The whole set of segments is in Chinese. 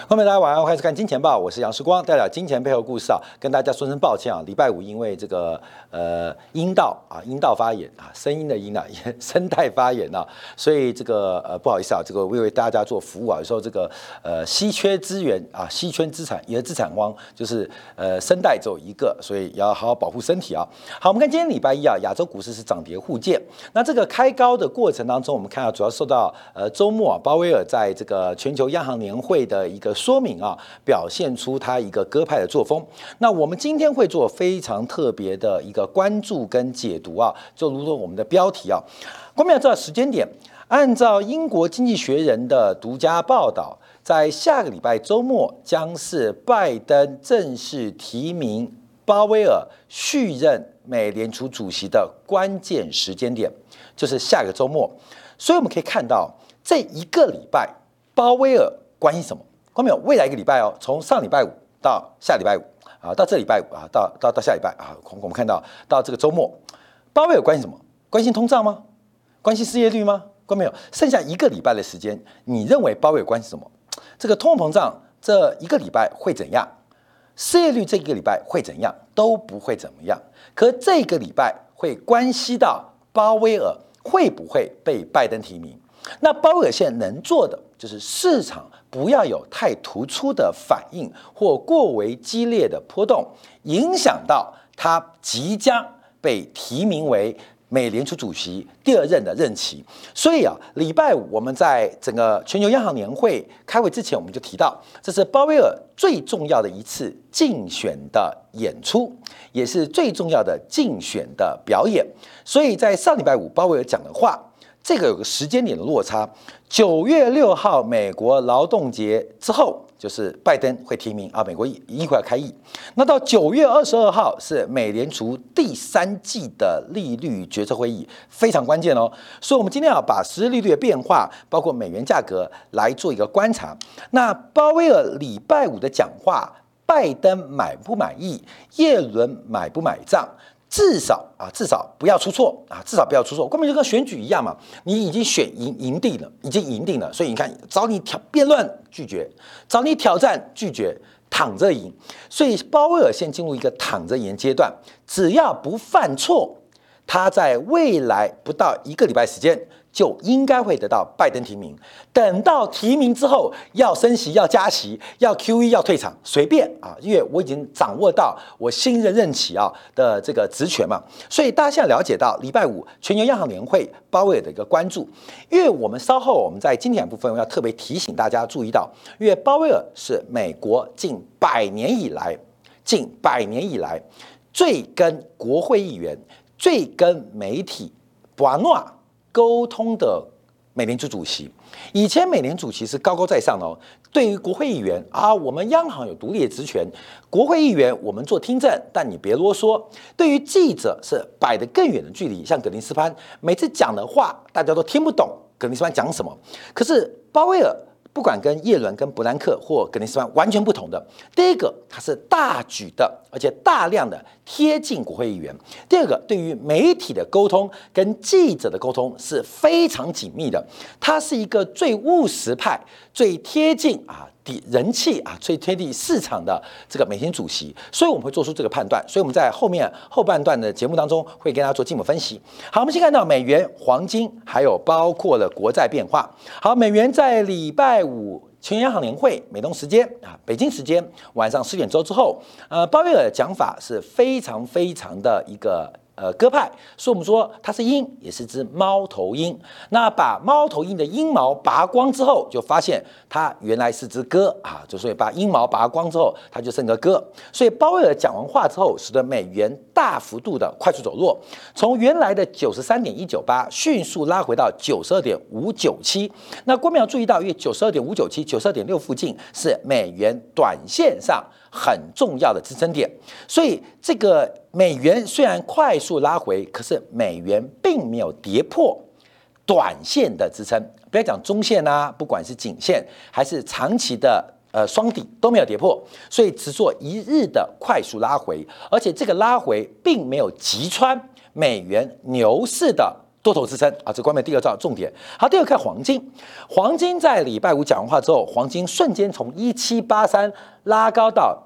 朋友们，大家晚上好，欢迎收看《金钱报》，我是杨世光，带来金钱背后故事啊，跟大家说声抱歉啊，礼拜五因为这个阴道发炎啊，声音的音啊，声带发炎啊，所以这个不好意思啊，这个为大家做服务啊，有时候这个稀缺资源啊，稀缺资产也是资产荒，就是声带只有一个，所以要好好保护身体啊。好，我们看今天礼拜一啊，亚洲股市是涨跌互见，那这个开高的过程当中，我们看到主要受到周末啊，鲍威尔在这个全球央行年会的一个说明啊，表现出他一个鸽派的作风。那我们今天会做非常特别的一个关注跟解读啊，就如同我们的标题啊，关键要知道时间点。按照英国经济学人的独家报道，在下个礼拜周末将是拜登正式提名鲍威尔续任美联储主席的关键时间点，就是下个周末。所以我们可以看到，这一个礼拜鲍威尔关心什么？看到没有？未来一个礼拜哦，从上礼拜五到下礼拜五啊，到这礼拜五啊，到下礼拜啊，我们看到到这个周末，鲍威尔关心什么？关心通胀吗？关心失业率吗？看到没有？剩下一个礼拜的时间，你认为鲍威尔关心什么？这个通货膨胀这一个礼拜会怎样？失业率这一个礼拜会怎样？都不会怎么样。可这个礼拜会关系到鲍威尔会不会被拜登提名？那鲍威尔现在能做的就是市场不要有太突出的反应或过为激烈的波动，影响到他即将被提名为美联储主席第二任的任期。所以啊，礼拜五我们在整个全球央行年会开会之前，我们就提到，这是鲍威尔最重要的一次竞选的演出，也是最重要的竞选的表演。所以在上礼拜五鲍威尔讲的话，这个有个时间点的落差，9月6号美国劳动节之后，就是拜登会提名啊，美国议会要开议。那到9月22号是美联储第3季的利率决策会议，非常关键哦。所以，我们今天要把实质利率的变化，包括美元价格来做一个观察。那鲍威尔礼拜五的讲话，拜登满不满意？耶伦买不买账？至少不要出错啊！至少不要出错，根本就跟选举一样嘛。你已经赢定了，已经赢定了，所以你看，找你辩论拒绝，找你挑战拒绝，躺着赢。所以鲍威尔现进入一个躺着赢阶段，只要不犯错，他在未来不到一个礼拜时间，就应该会得到拜登提名。等到提名之后，要升息、要加息、要 QE、要退场，随便啊，因为我已经掌握到我新任期啊的这个职权嘛。所以大家现在了解到礼拜五全球央行年会鲍威尔的一个关注，因为我们稍后我们在经典部分要特别提醒大家注意到，因为鲍威尔是美国近百年以来最跟国会议员、最跟媒体沟通的美联储主席。以前美联储主席是高高在上的哦，对于国会议员啊，我们央行有独立的职权，国会议员我们做听证，但你别啰嗦。对于记者是摆得更远的距离，像格林斯潘每次讲的话，大家都听不懂格林斯潘讲什么。可是鲍威尔不管跟耶伦、跟伯南克或格林斯潘完全不同的。第一个，他是大举的，而且大量的贴近国会议员；第二个，对于媒体的沟通跟记者的沟通是非常紧密的。他是一个最务实派、最贴近人气最贴近市场的这个美联储主席，所以我们会做出这个判断。所以我们在后半段的节目当中会跟大家做进一步分析。好，我们先看到美元、黄金，还有包括了国债变化。好，美元在礼拜五全球央行年会美东时间北京时间晚上10点之后，鲍威尔的讲法是非常的一个鸽派，所以我们说它是鹰，也是只猫头鹰。那把猫头鹰的鹰毛拔光之后，就发现它原来是只鸽就所以把鹰毛拔光之后，它就剩个鸽。所以鲍威尔讲完话之后，使得美元大幅度的快速走弱，从原来的93.198迅速拉回到92.597。那观众要注意到，因为92.597、92.6附近是美元短线上很重要的支撑点，所以这个美元虽然快速拉回，可是美元并没有跌破短线的支撑，不要讲中线不管是颈线还是长期的双底都没有跌破，所以只做一日的快速拉回，而且这个拉回并没有击穿美元牛市的多头支撑啊，这关键第二重点。好，第二看黄金，黄金在礼拜五讲完话之后，黄金瞬间从1783拉高到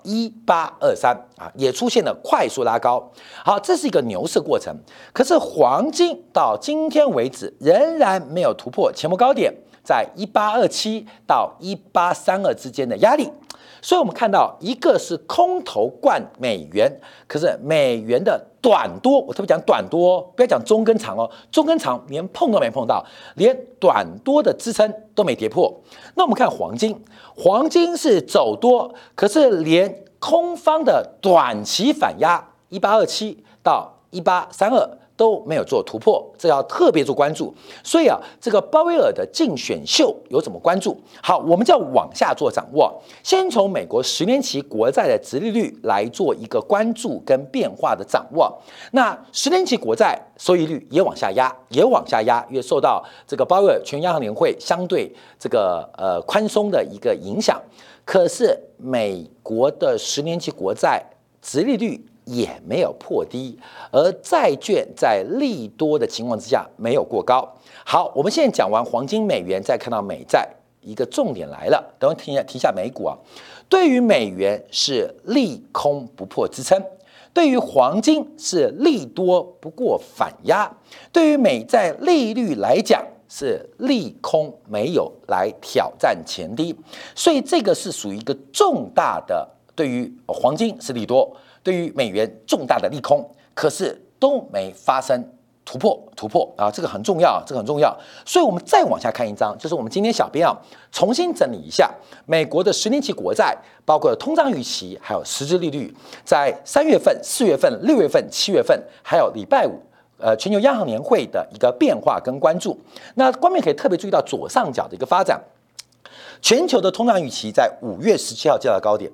1823啊，也出现了快速拉高。好，这是一个牛市过程。可是黄金到今天为止仍然没有突破前波高点，在1827到1832之间的压力。所以我们看到，一个是空头灌美元，可是美元的短多，我特别讲短多，不要讲中跟长哦，中跟长连碰都没碰到，连短多的支撑都没跌破。那我们看黄金，黄金是走多，可是连空方的短期反压1827到1832。都没有做突破，这要特别做关注。所以啊，这个鲍威尔的竞选秀有怎么关注？好，我们就要往下做掌握。先从美国10年期国债的殖利率来做一个关注跟变化的掌握。那10年期国债收益率也往下压，因为受到这个鲍威尔全央行年会相对这个宽松的一个影响。可是美国的10年期国债殖利率也没有破低，而债券在利多的情况之下没有过高。好，我们现在讲完黄金、美元，再看到美债，一个重点来了。等我提一下美股啊，对于美元是利空不破支撑，对于黄金是利多不过反压，对于美债利率来讲是利空没有来挑战前低，所以这个是属于一个重大的，对于黄金是利多。对于美元重大的利空，可是都没发生突破啊，这个很重要，所以我们再往下看一张，就是我们今天小编啊重新整理一下美国的10年期国债，包括通胀预期，还有实质利率，在3月份、4月份、6月份、7月份，还有礼拜五。全球央行年会的一个变化跟关注，那观众可以特别注意到左上角的一个发展，全球的通胀预期在5月17号见到高点。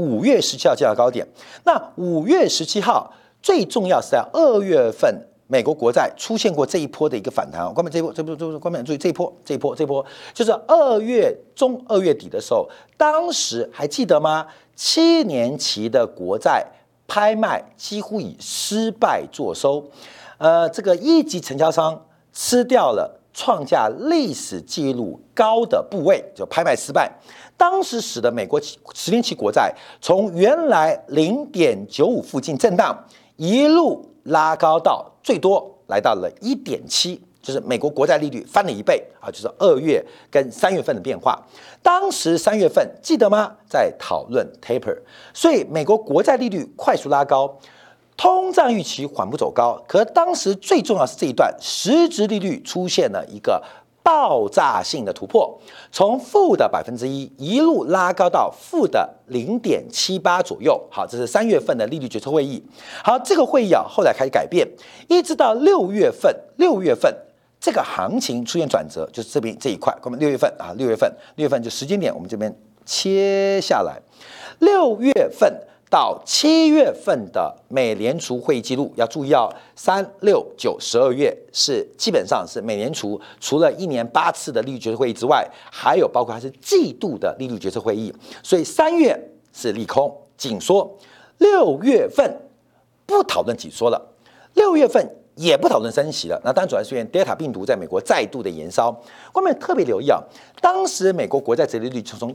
那5月17号最重要是在2月份，美国国债出现过这一波的一个反弹。观众注意这一波，就是2月中、2月底的时候，当时还记得吗？7年期的国债拍卖几乎以失败作收，这个一级承销商吃掉了创下历史纪录高的部位，就拍卖失败。当时使得美国10年期国债从原来0.95附近震荡，一路拉高到最多来到了1.7，就是美国国债利率翻了1倍啊，就是2月跟3月份的变化。当时3月份记得吗？在讨论 taper， 所以美国国债利率快速拉高。通胀预期缓步走高，可是当时最重要是这一段实质利率出现了一个爆炸性的突破，从负的1%一路拉高到负的0.78左右。好，这是3月份的利率决策会议。好，这个会议啊后来开始改变，一直到6月份这个行情出现转折，就是这边这一块。我们6月份啊，6月份就时间点，我们这边切下来，6月份。到7月份的美联储会议记录要注意哦，3、6、9、12月是基本上是美联储除了1年8次的利率决策会议之外，还有包括它是季度的利率决策会议，所以3月是利空紧缩，6月份不讨论紧缩了，6月份也不讨论升息了。那当然主要是因为 Delta 病毒在美国再度的延烧。观众特别留意啊，当时美国国债殖利率从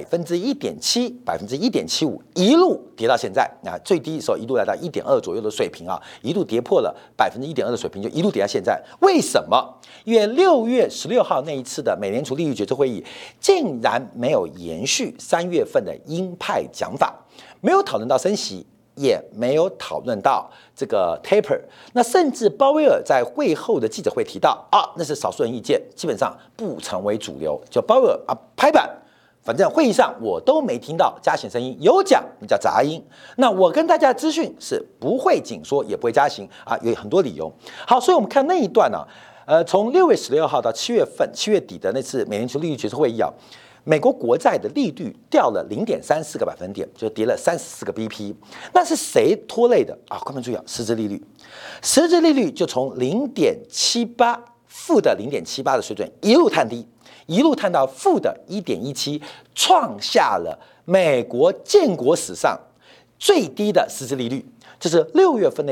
1.7%、1.75%一路跌到现在啊，最低的时候一路来到1.2左右的水平啊，一度跌破了1.2%的水平，就一路跌到现在。为什么？因为6月16号那一次的美联储利率决策会议竟然没有延续3月份的鹰派讲法，没有讨论到升息。也没有讨论到这个 taper， 那甚至鲍威尔在会后的记者会提到啊，那是少数人意见，基本上不成为主流。就鲍威尔啊拍板，反正会议上我都没听到加息声音，有讲那叫杂音。那我跟大家的资讯是不会紧缩，也不会加息啊，有很多理由。好，所以我们看那一段呢，从6月16号到7月底的那次美联储利率决策会议啊。美国国债的利率掉了0.34个百分点，就跌了34个 BP。那是谁拖累的啊？观众注意啊，实质利率就从0.78负的0.78的水准一路探低，一路探到负的1.17，创下了美国建国史上最低的实质利率。这是6月份那次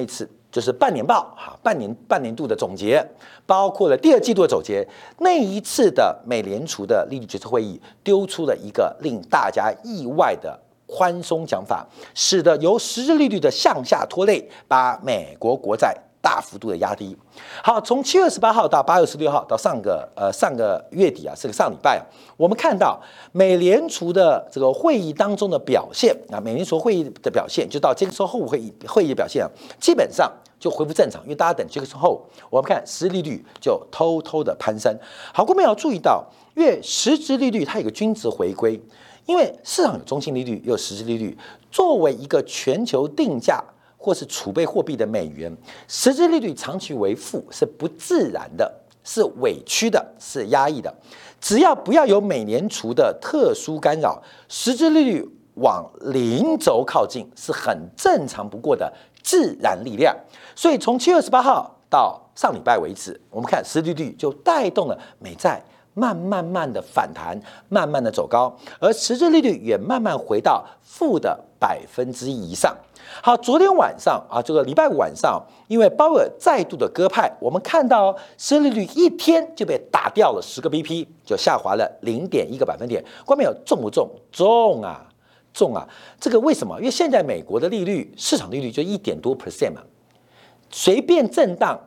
就是半年报半年度的总结，包括了第二季度的总结。那一次的美联储的利率决策会议丢出了一个令大家意外的宽松讲法，使得由实质利率的向下拖累，把美国国债大幅度的压低。好，从7月28号到8月26号到上个月底啊，是个上礼拜啊，我们看到美联储的这个会议当中的表现啊，美联储会议的表现，就到杰克逊后会议的表现啊，基本上就恢复正常，因为大家等杰克逊后，我们看实质利率就偷偷的攀升。好，各位要注意到，因为实质利率它有个均值回归，因为市场有中性利率，又有实质利率，作为一个全球定价或是储备货币的美元，实质利率长期为负是不自然的，是委屈的，是压抑的。只要不要有美联储的特殊干扰，实质利率往零轴靠近是很正常不过的自然力量。所以从7月28号到上礼拜为止，我们看实质利率就带动了美债慢的反弹，慢慢的走高，而实质利率也慢慢回到负的1%以上。好，昨天晚上啊，这个礼拜五晚上，因为鲍威尔再度的鸽派，我们看到实质利率一天就被打掉了10个 BP， 就下滑了0.1个百分点。观众朋友重不重？重啊！这个为什么？因为现在美国的利率，市场利率就1.多%嘛，随便震荡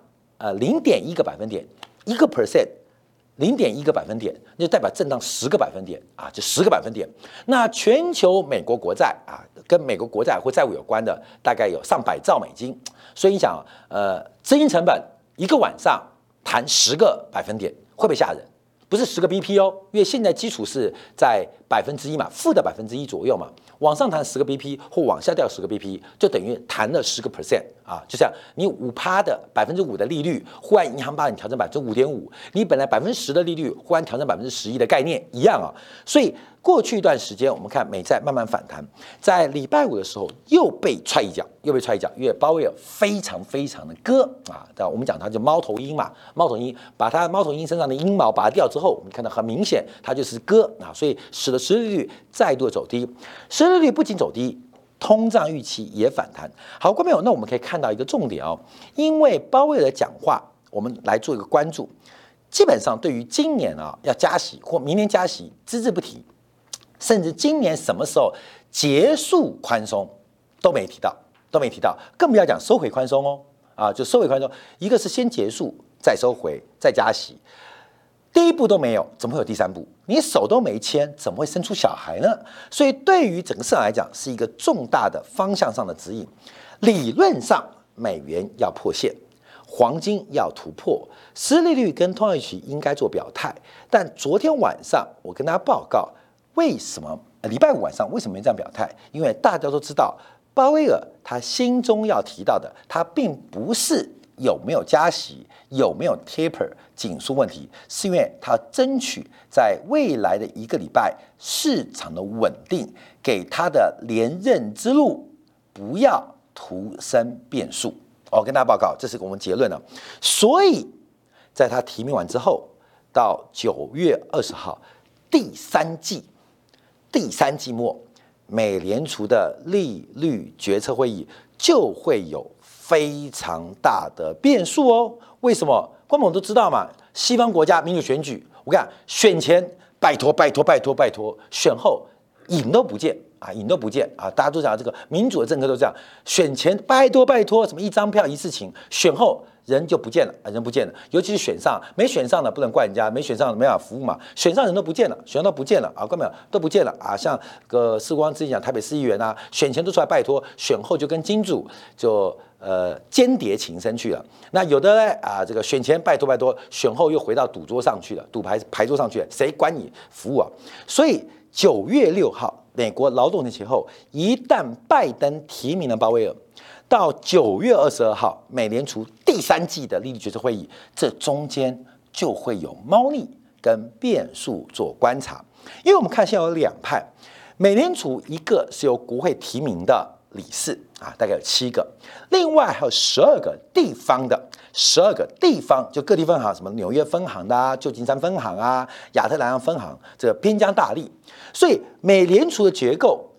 0.1个百分点，1%。0.1个百分点，那就代表震荡10个百分点啊，就10个百分点。那全球美国国债啊，跟美国国债或债务有关的，大概有上百兆美金。所以你想，资金成本一个晚上弹10个百分点，会不会吓人？不是10个 BP 哦，因为现在基础是在1%嘛，负的1%左右嘛，往上弹10个 BP 或往下掉10个 BP， 就等于弹了10个%啊，就像你5%的5%的利率，忽然银行把你调成5.5%，你本来10%的利率，忽然调成11%的概念一样啊，所以过去一段时间，我们看美债慢慢反弹，在礼拜五的时候又被踹一脚，因为鲍威尔非常的割啊，我们讲它就猫头鹰嘛，猫头鹰把它猫头鹰身上的鹰毛拔掉之后，我们看到很明显它就是割啊，所以使得实质利率再度走低，实质利率不仅走低，通胀预期也反弹。好，观众朋友，那我们可以看到一个重点哦，因为鲍威尔的讲话，我们来做一个关注，基本上对于今年啊要加息或明年加息只字不提。甚至今年什么时候结束宽松都没提到，更不要讲收回宽松哦，啊，就收回宽松，一个是先结束再收回再加息，第一步都没有，怎么会有第三步？你手都没牵，怎么会生出小孩呢？所以对于整个市场来讲，是一个重大的方向上的指引。理论上，美元要破线，黄金要突破，实质利率跟通胀预期应该做表态。但昨天晚上我跟大家报告。为什么礼拜五晚上为什么没这样表态？因为大家都知道，鲍威尔他心中要提到的，他并不是有没有加息、有没有 taper 紧缩问题，是因为他争取在未来的1个礼拜市场的稳定，给他的连任之路不要徒生变数。我跟大家报告，这是我们结论了。所以在他提名完之后，到9月20号第三季末，美联储的利率决策会议就会有非常大的变数哦。为什么？观众都知道嘛，西方国家民主选举，我看选前拜托，选后影都不见啊！大家都讲这个民主的政客都这样，选前拜托，什么一张票一事情，选后人就不见了，尤其是选上没选上的不能怪人家，没选上的没办法服务嘛，选上人都不见了啊，观众都不见了啊，像世光之前讲台北市议员啊，选前都出来拜托，选后就跟金主就间谍情深去了。那有的呢啊，这个选前拜托，选后又回到赌桌上去了，赌牌桌上去了，谁管你服务啊？所以9月6号，美国劳动节前后，一旦拜登提名了鲍威尔，到9月22号，美联储第三季的利率决策会议，这中间就会有猫腻跟变数做观察。因为我们看现在有2派，美联储一个是由国会提名的理事啊，大概有7个，另外还有12个地方的，12个地方就各地分行，什么纽约分行的啊、旧金山分行啊、亚特兰大分行，这个边疆大吏。所以美联储的结构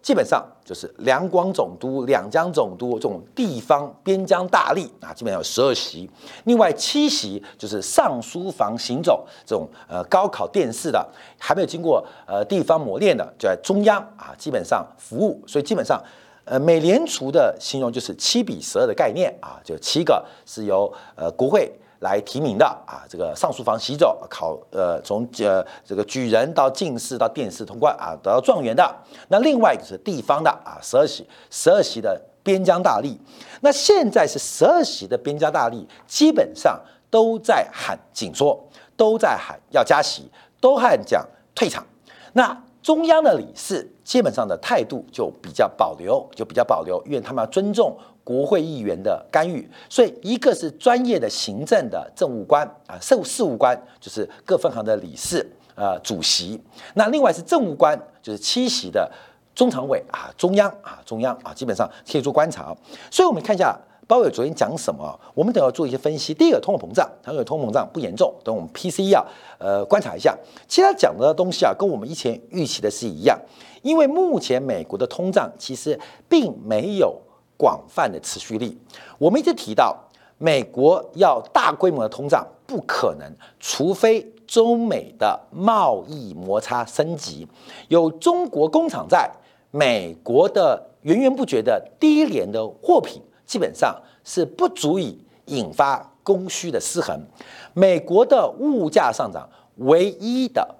基本上就是两广总督、两江总督这种地方边疆大吏啊，基本上有12席。另外7席就是上书房行走这种高考殿试的，还没有经过地方磨练的，就在中央啊，基本上服务。所以基本上。美联储的形容就是7:12的概念啊，就7个是由国会来提名的啊，这个上书房行走从这个举人到进士到殿试通关啊，得到状元的。那另外就是地方的啊，12席的边疆大吏。那现在是12席的边疆大吏，基本上都在喊紧缩，都在喊要加息，都喊讲退场。那中央的理事基本上的态度就比较保留，因为他们要尊重国会议员的干预。所以一个是专业的行政的政务官啊，事务官就是各分行的理事主席。那另外是政务官，就是7席的中常委啊，中央啊，基本上可以做观察。所以我们看一下。鲍威尔昨天讲什么？我们等要做一些分析。第一个，通货膨胀，他认为通货膨胀不严重，等我们 PCE 观察一下。其实他讲的东西跟我们以前预期的是一样，因为目前美国的通胀其实并没有广泛的持续力。我们一直提到，美国要大规模的通胀不可能，除非中美的贸易摩擦升级，有中国工厂在，美国的源源不绝的低廉的货品。基本上是不足以引发供需的失衡。美国的物价上涨，唯一的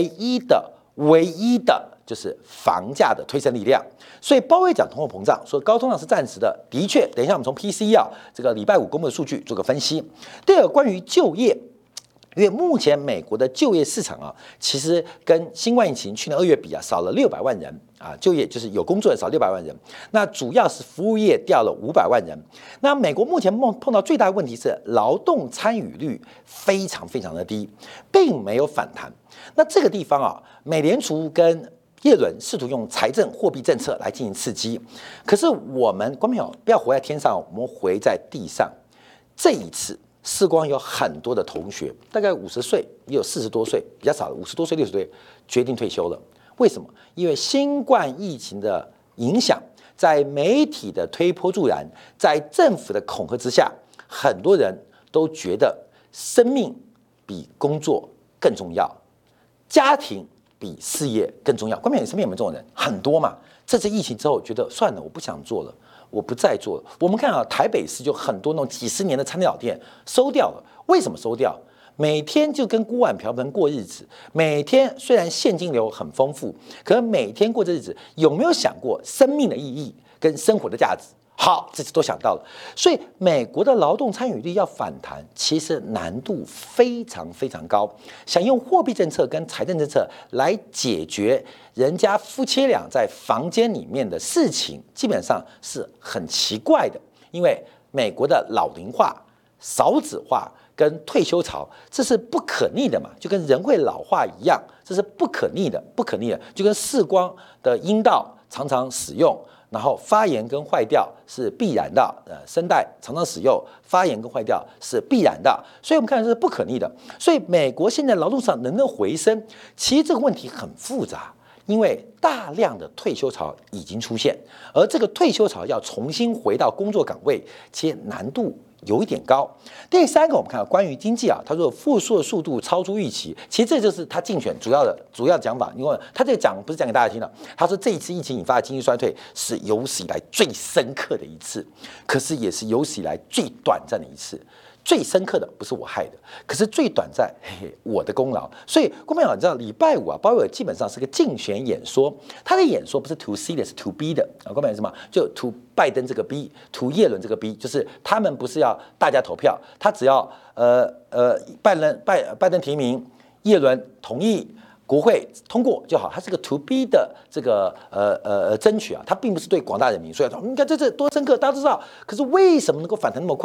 就是房价的推升力量。所以鲍威尔讲通货膨胀，说高通胀是暂时的，的确，等一下我们从 PCE 这个礼拜五公布的数据做个分析。第二个，关于就业。因为目前美国的就业市场其实跟新冠疫情去年2月比少了600万人啊，就业就是有工作的少600万人。那主要是服务业掉了500万人。那美国目前碰到最大的问题是劳动参与率非常的低，并没有反弹。那这个地方美联储跟耶伦试图用财政货币政策来进行刺激，可是我们观众朋友不要活在天上，我们活在地上。这一次。世光有很多的同学，大概50岁，也有40多岁，比较少的50多岁、60岁决定退休了。为什么？因为新冠疫情的影响，在媒体的推波助澜，在政府的恐吓之下，很多人都觉得生命比工作更重要，家庭比事业更重要。关键你身边有没有这种人？很多嘛。这次疫情之后，觉得算了，我不想做了。我不再做了。我们看台北市就很多那种几十年的餐料店收掉了。为什么收掉？每天就跟锅碗瓢盆过日子，每天虽然现金流很丰富，可是每天过这日子，有没有想过生命的意义跟生活的价值？好，这次都想到了。所以美国的劳动参与率要反弹，其实难度非常高。想用货币政策跟财政政策来解决人家夫妻俩在房间里面的事情，基本上是很奇怪的。因为美国的老龄化、少子化跟退休潮，这是不可逆的嘛，就跟人会老化一样，这是不可逆的，就跟视光的阴道常常使用。然后发炎跟坏掉是必然的，声带常常使用，发炎跟坏掉是必然的，所以我们看这是不可逆的。所以美国现在劳动市场能不能回升，其实这个问题很复杂，因为大量的退休潮已经出现，而这个退休潮要重新回到工作岗位，其实难度有一点高。第三个，我们看到关于经济他说复苏的速度超出预期，其实这就是他竞选主要讲法。因为他这个讲不是讲给大家听的，他说这一次疫情引发的经济衰退是有史以来最深刻的一次，可是也是有史以来最短暂的一次。最深刻的不是我害的，可是最短暂，我的功劳。所以，观众朋友，你知道礼拜五鲍威尔基本上是个竞选演说，他的演说不是 to C 的，是 to B 的观众朋友什么？就 to 拜登这个 B，to 耶伦这个 B， 就是他们不是要大家投票，他只要拜登提名，耶伦同意。国会通过就好，它是个 to B 的这个争取它并不是对广大人民。所以你看这多深刻，大家都知道。可是为什么能够反弹那么快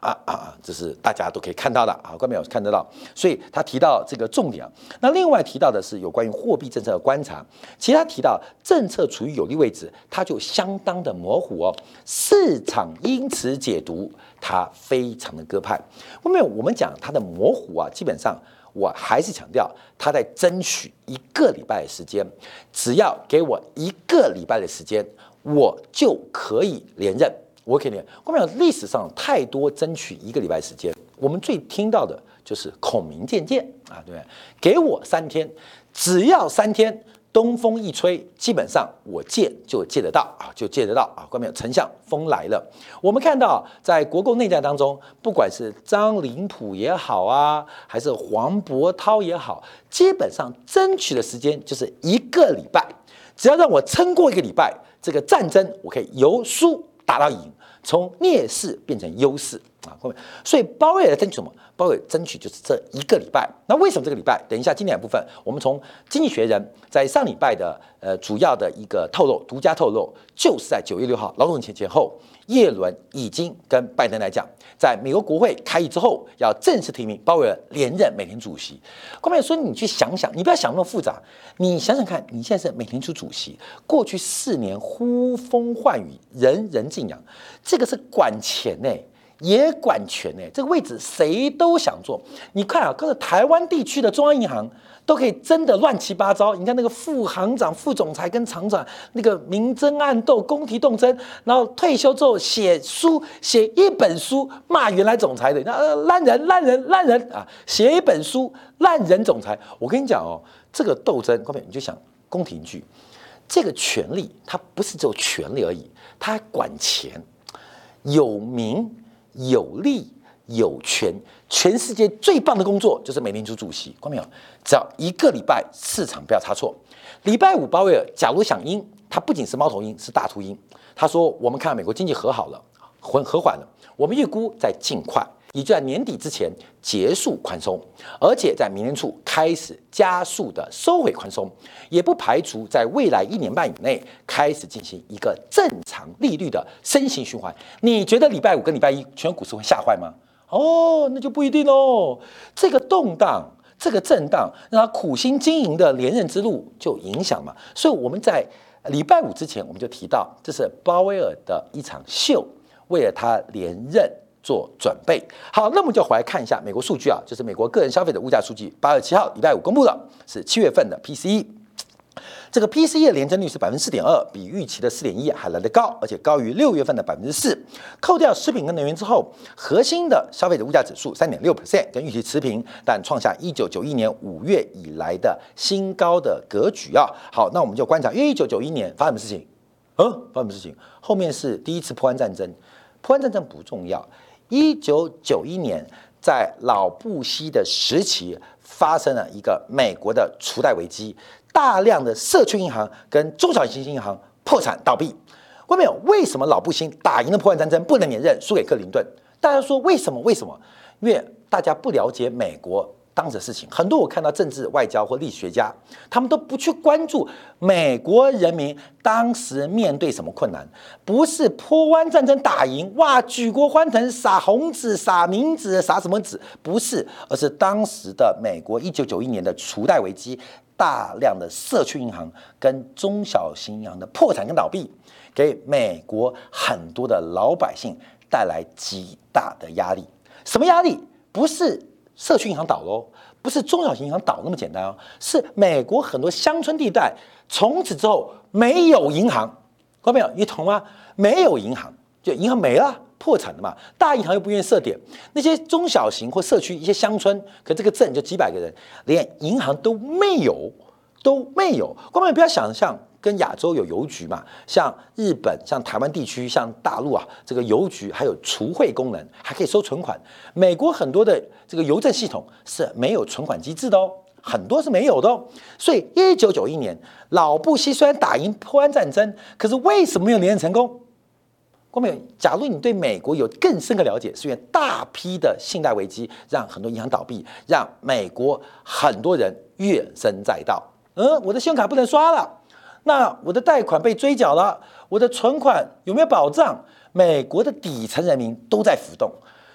这是大家都可以看到的啊，观众朋友看得到。所以他提到这个重点啊。那另外提到的是有关于货币政策的观察，其实他提到政策处于有利位置，它就相当的模糊哦，市场因此解读它非常的鸽派。后面我们讲它的模糊啊，基本上我还是强调他在争取1个礼拜的时间，只要给我1个礼拜的时间，我就可以连任。我可以连。我们讲历史上太多争取1个礼拜时间，我们最听到的就是孔明渐渐啊，对不对？给我3天，只要3天，东风一吹，基本上我借就借得到啊，就借得到啊。观众朋友，丞相风来了。我们看到在国共内战当中，不管是张灵甫也好啊，还是黄伯韬也好，基本上争取的时间就是1个礼拜，只要让我撑过1个礼拜，这个战争我可以由输打到赢，从劣势变成优势啊！所以鲍威尔争取什么？鲍威尔争取就是这1个礼拜。那为什么这个礼拜？等一下经典部分，我们从《经济学人》在上礼拜的主要的一个透露，独家透露，就是在9月6号劳动节前后，耶伦已经跟拜登来讲，在美国国会开议之后，要正式提名鲍威尔连任美联主席。关键说，你去想想，你不要想那么复杂，你想想看，你现在是美联储主席，过去4年呼风唤雨，人人敬仰，这个是管钱呢。也管权呢，这个位置谁都想做。你看啊，各个台湾地区的中央银行都可以争得乱七八糟。你看那个副行长、副总裁跟厂长那个明争暗斗、宫廷斗争，然后退休之后写一本书骂原来总裁的，烂人啊，写一本书烂人总裁。我跟你讲哦，这个斗争，各位你就想宫廷剧，这个权力它不是只有权力而已，它还管钱，有名。有利有权，全世界最棒的工作就是美联储主席。看到没有？只要1个礼拜，市场不要差错。礼拜5，鲍威尔假如想鹰，他不仅是猫头鹰，是大秃鹰。他说：“我们看美国经济和缓了，我们预估在尽快，也就在年底之前结束宽松，而且在明年初开始加速的收回宽松，也不排除在未来1年半以内开始进行一个正常利率的升息循环。你觉得礼拜5跟礼拜1全股市会吓坏吗？哦，那就不一定哦。这个动荡，这个震荡，让他苦心经营的连任之路就影响嘛。所以我们在礼拜5之前，我们就提到，这是鲍威尔的一场秀，为了他连任做准备。好，那我们就回来看一下美国数据啊，就是美国个人消费者物价数据，8月7号礼拜5公布的，是7月份的 PCE。这个 PCE 的年增率是4.2%，比预期的4.1%还来得高，而且高于6月份的4%。扣掉食品跟能源之后，核心的消费者物价指数3.6%，跟预期持平，但创下1991年5月以来的新高的格局啊。好，那我们就观察，因为1991年发生什么事情？发生什么事情？后面是第一次波湾战争，波湾战争不重要。1991年，在老布希的时期，发生了一个美国的储贷危机。大量的社区银行跟中小型银行破产倒闭，问没有？为什么老布希打赢了波湾战争不能连任，输给克林顿？大家说为什么？为什么？因为大家不了解美国当时的事情，很多我看到政治、外交或历史学家，他们都不去关注美国人民当时面对什么困难。不是波湾战争打赢，哇，举国欢腾，撒红纸、撒冥纸、撒什么纸？不是，而是当时的美国1991年的储贷危机。大量的社区银行跟中小型银行的破产跟倒闭，给美国很多的老百姓带来极大的压力。什么压力？不是社区银行倒喽，不是中小型银行倒那么简单哦，是美国很多乡村地带从此之后没有银行，看到没有？你懂吗？没有银行，就银行没了。破产的嘛，大银行又不愿意设点，那些中小型或社区一些乡村，可这个镇就几百个人，连银行都没有，观众不要想象跟亚洲有邮局嘛，像日本、像台湾地区、像大陆啊，这个邮局还有储汇功能，还可以收存款。美国很多的这个邮政系统是没有存款机制的哦，很多是没有的哦。所以1991年，老布希虽然打赢波湾战争，可是为什么没有连任成功？假如你对美国有更深的了解，是因为大批的信贷危机让很多银行倒闭，让美国很多人怨声载道。我的信用卡不能刷了，那我的贷款被追缴了，我的存款有没有保障？美国的底层人民都在浮动，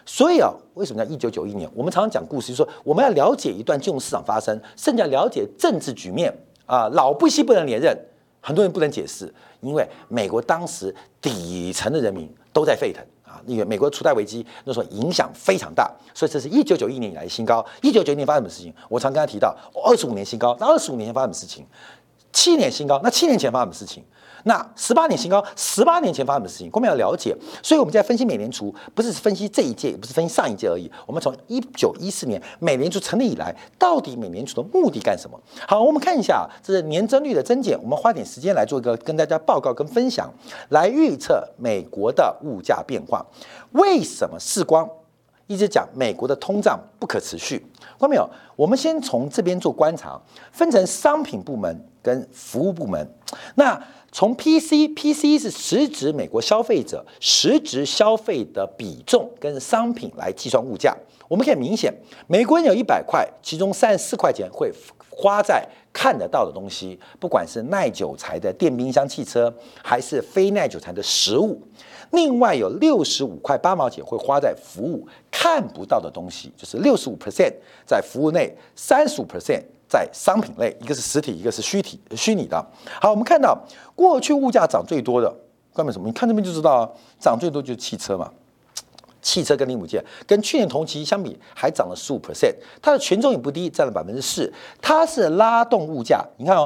所以为什么叫1991年？我们常常讲故事，就是说我们要了解一段金融市场发生，甚至要了解政治局面啊，老布希不能连任，很多人不能解释，因为美国当时底层的人民都在沸腾。因为美国初代危机那时候影响非常大，所以这是1991年以来的新高。1991年发生什么事情？我常跟他提到25年新高，那25年前发生什么事情？7年新高，那7年前发生什么事情？那18年新高，18年前发生什么事情？我们要了解，所以我们在分析美联储，不是分析这一届，也不是分析上一届而已。我们从1914年美联储成立以来，到底美联储的目的干什么？好，我们看一下，这是年增率的增减。我们花点时间来做一个跟大家报告跟分享，来预测美国的物价变化。为什么世光一直讲美国的通胀不可持续？看到没有？我们先从这边做观察，分成商品部门跟服务部门。那从 PCE 是实质美国消费者实质消费的比重跟商品来计算物价。我们可以明显，美国人有100块，其中34块钱会花在看得到的东西，不管是耐久材的电冰箱、汽车，还是非耐久材的食物。另外有65块8毛钱会花在服务看不到的东西，就是65% 在服务内，35%在商品类，一个是实体，一个是虚拟的。好，我们看到过去物价涨最多的，关键什么？你看这边就知道啊，涨最多就是汽车嘛。汽车跟零部件跟去年同期相比还涨了15%，它的权重也不低，占了4%，它是拉动物价。你看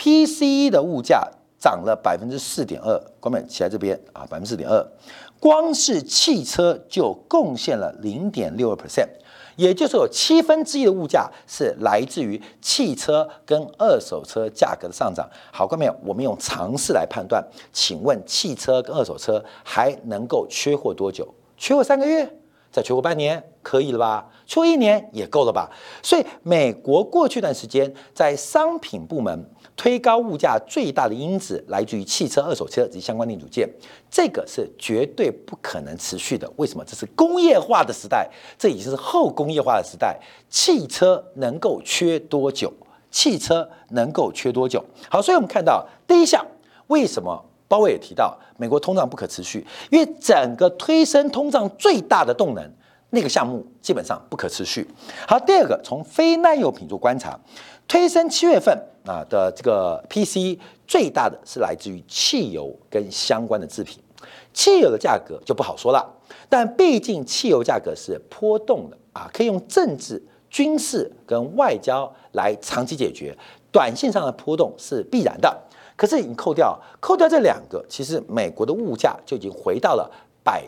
PCE 的物价涨了4.2%，光美起来这边啊4.2%，光是汽车就贡献了0.62%，也就是有1/7的物价是来自于汽车跟二手车价格的上涨。好，各位，我们用常识来判断，请问汽车跟二手车还能够缺货多久？缺货3个月，再缺货半年，可以了吧？缺货1年也够了吧？所以，美国过去一段时间在商品部门推高物价最大的因子来自于汽车、二手车及相关零组件，这个是绝对不可能持续的。为什么？这是工业化的时代，这已经是后工业化的时代。汽车能够缺多久？汽车能够缺多久？好，所以我们看到第一项，为什么？鲍威尔也提到，美国通胀不可持续，因为整个推升通胀最大的动能那个项目基本上不可持续。好，第二个，从非耐用品做观察，推升7月份的这个 PCE 最大的是来自于汽油跟相关的制品，汽油的价格就不好说了，但毕竟汽油价格是波动的可以用政治、军事跟外交来长期解决，短线上的波动是必然的。可是你扣掉这2个，其实美国的物价就已经回到了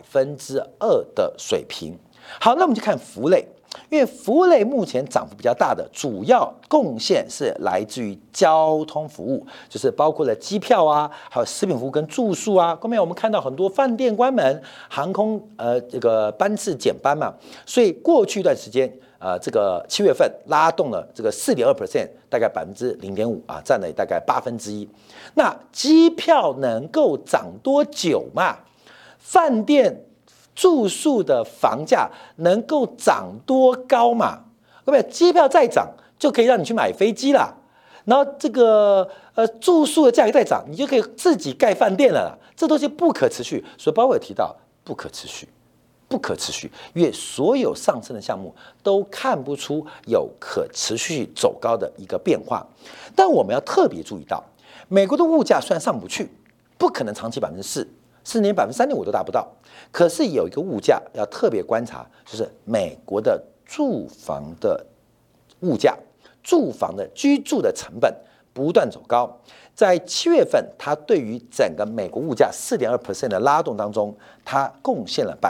2%的水平。好，那我们就看服务类，因为服务类目前涨幅比较大的主要贡献是来自于交通服务，就是包括了机票还有食品服务跟住宿后面我们看到很多饭店关门，航空这个班次减班嘛，所以过去一段时间。这个7月份拉动了这个4.2%，大概0.5%占了大概1/8。那机票能够涨多久嘛？饭店住宿的房价能够涨多高嘛？各位，机票再涨就可以让你去买飞机啦。然后这个住宿的价格再涨，你就可以自己盖饭店了啦。这东西不可持续，所以包括提到不可持续。不可持续，因为所有上升的项目都看不出有可持续走高的一个变化。但我们要特别注意到，美国的物价虽然上不去，不可能长期4%，甚至连3.5%都达不到。可是有一个物价要特别观察，就是美国的住房的物价，住房的居住的成本不断走高。在7月份，它对于整个美国物价4.2% 的拉动当中，它贡献了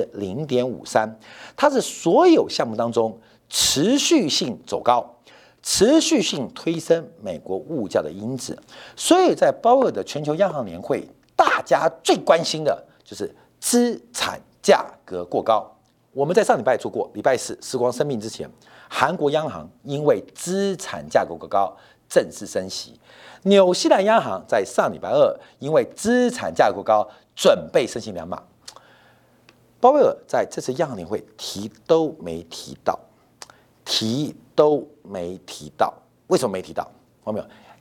0.53%，它是所有项目当中持续性走高、持续性推升美国物价的因子。所以在鲍威尔的全球央行年会，大家最关心的就是资产价格过高。我们在上礼拜做过，礼拜4时光生命之前，韩国央行因为资产价格过高正式升息。纽西兰央行在上礼拜2因为资产价格过高，准备升息2码。鲍威尔在这次央行年会提都没提到，为什么没提到？看到没有？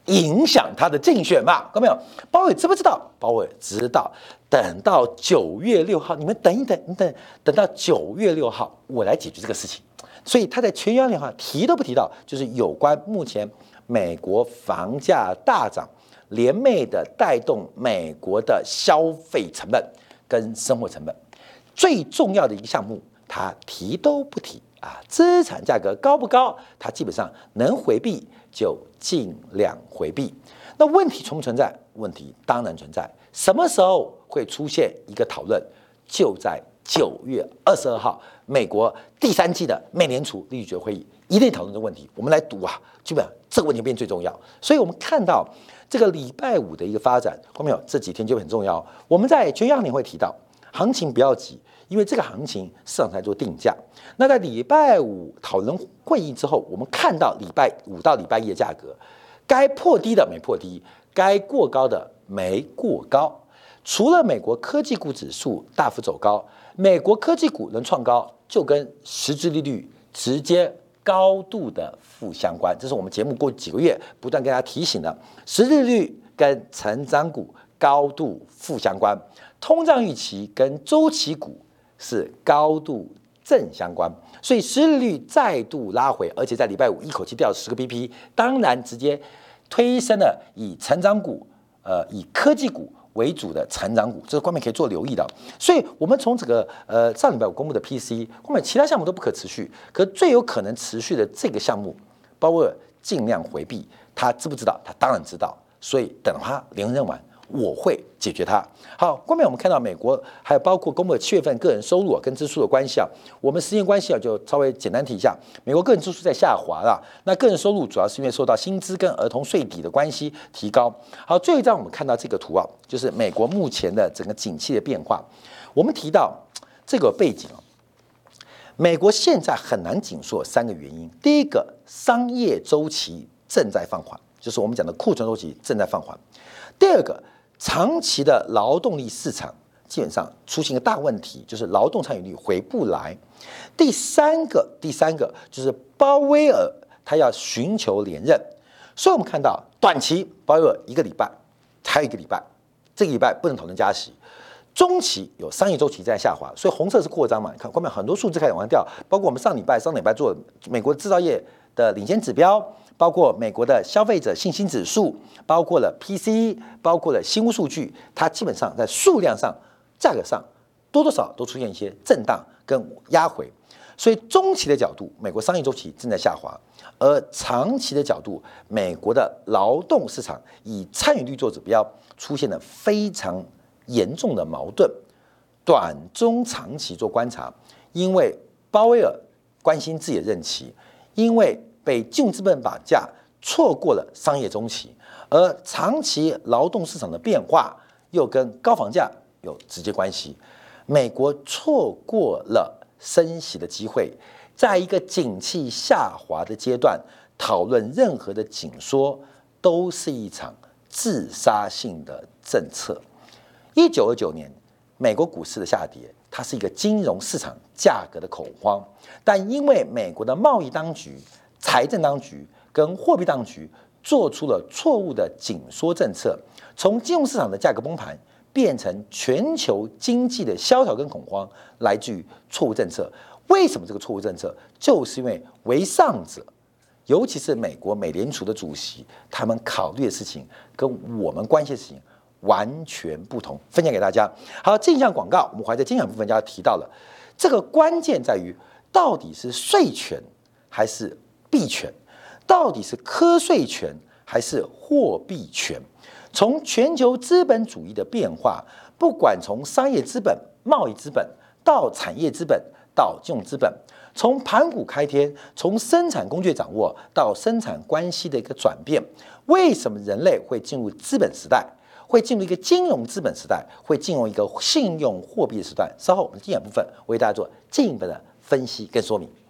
影响他的竞选嘛？看到没有？鲍威尔知不知道？鲍威尔知道。等到9月6号，你们等一等，等到9月6号，我来解决这个事情。所以他在全员联话提都不提到，就是有关目前美国房价大涨，连袂的带动美国的消费成本跟生活成本最重要的一个项目，他提都不提啊。资产价格高不高？他基本上能回避就尽量回避。那问题存不存在？问题当然存在。什么时候会出现一个讨论？就在9月22号，美国第3季的美联储利率决议会议一定讨论这个问题。我们来读啊，基本上这个问题变最重要。所以我们看到这个礼拜五的一个发展，看到没有？这几天就很重要。我们在全央年会提到，行情不要急，因为这个行情市场在做定价。那在礼拜五讨论会议之后，我们看到礼拜5到礼拜1的价格，该破低的没破低，该过高的没过高。除了美国科技股指数大幅走高，美国科技股能创高，就跟实质利率直接高度的负相关。这是我们节目过几个月不断跟大家提醒的，实质利率跟成长股高度负相关，通胀预期跟周期股是高度正相关。所以实质利率再度拉回，而且在礼拜五一口气掉10个 BP， 当然直接推升了以成长股、以科技股为主的成长股，这个方面可以做留意的。所以，我们从这个上礼拜五公布的 PCE， 后面其他项目都不可持续，可最有可能持续的这个项目，鲍威尔尽量回避。他知不知道？他当然知道。所以等他连任完，我会解决它。好，后面我们看到美国还有包括公布的7月份个人收入跟支出的关系啊，我们时间关系啊，就稍微简单提一下。美国个人支出在下滑了，那个人收入主要是因为受到薪资跟儿童税抵的关系提高。好，最后一张我们看到这个图啊，就是美国目前的整个景气的变化。我们提到这个背景啊，美国现在很难紧缩3个原因。第一个，商业周期正在放缓，就是我们讲的库存周期正在放缓。第二个，长期的劳动力市场基本上出现一个大问题，就是劳动参与率回不来。第三个就是鲍威尔他要寻求连任，所以我们看到短期鲍威尔1个礼拜，还有1个礼拜，这个礼拜不能讨论加息。中期有商业周期在下滑，所以红色是扩张嘛？你看后面很多数字开始往下掉，包括我们上礼拜做美国制造业的领先指标，包括美国的消费者信心指数，包括了 PCE， 包括了新屋数据，它基本上在数量上、价格上多多少少都出现一些震荡跟压回。所以中期的角度，美国商业周期正在下滑，而长期的角度，美国的劳动市场以参与率做指标出现了非常严重的矛盾。短中长期做观察，因为鲍威尔关心自己的任期，因为被金融资本绑架，错过了商业中期，而长期劳动市场的变化又跟高房价有直接关系。美国错过了升息的机会，在一个景气下滑的阶段，讨论任何的紧缩都是一场自杀性的政策。1929年，美国股市的下跌，它是一个金融市场价格的恐慌，但因为美国的贸易当局、财政当局跟货币当局做出了错误的紧缩政策，从金融市场的价格崩盘变成全球经济的萧条跟恐慌，来自于错误政策。为什么这个错误政策？就是因为为上者，尤其是美国美联储的主席，他们考虑的事情跟我们关心的事情完全不同。分享给大家。好，这一项广告，我们还在精讲部分家提到了，这个关键在于到底是税权还是币权，到底是科税权还是货币权。从全球资本主义的变化，不管从商业资本、贸易资本到产业资本到金融资本，从盘古开天，从生产工具掌握到生产关系的一个转变，为什么人类会进入资本时代，会进入一个金融资本时代，会进入一个信用货币的时代？稍后我们精讲部分为大家做进一步的分析跟说明。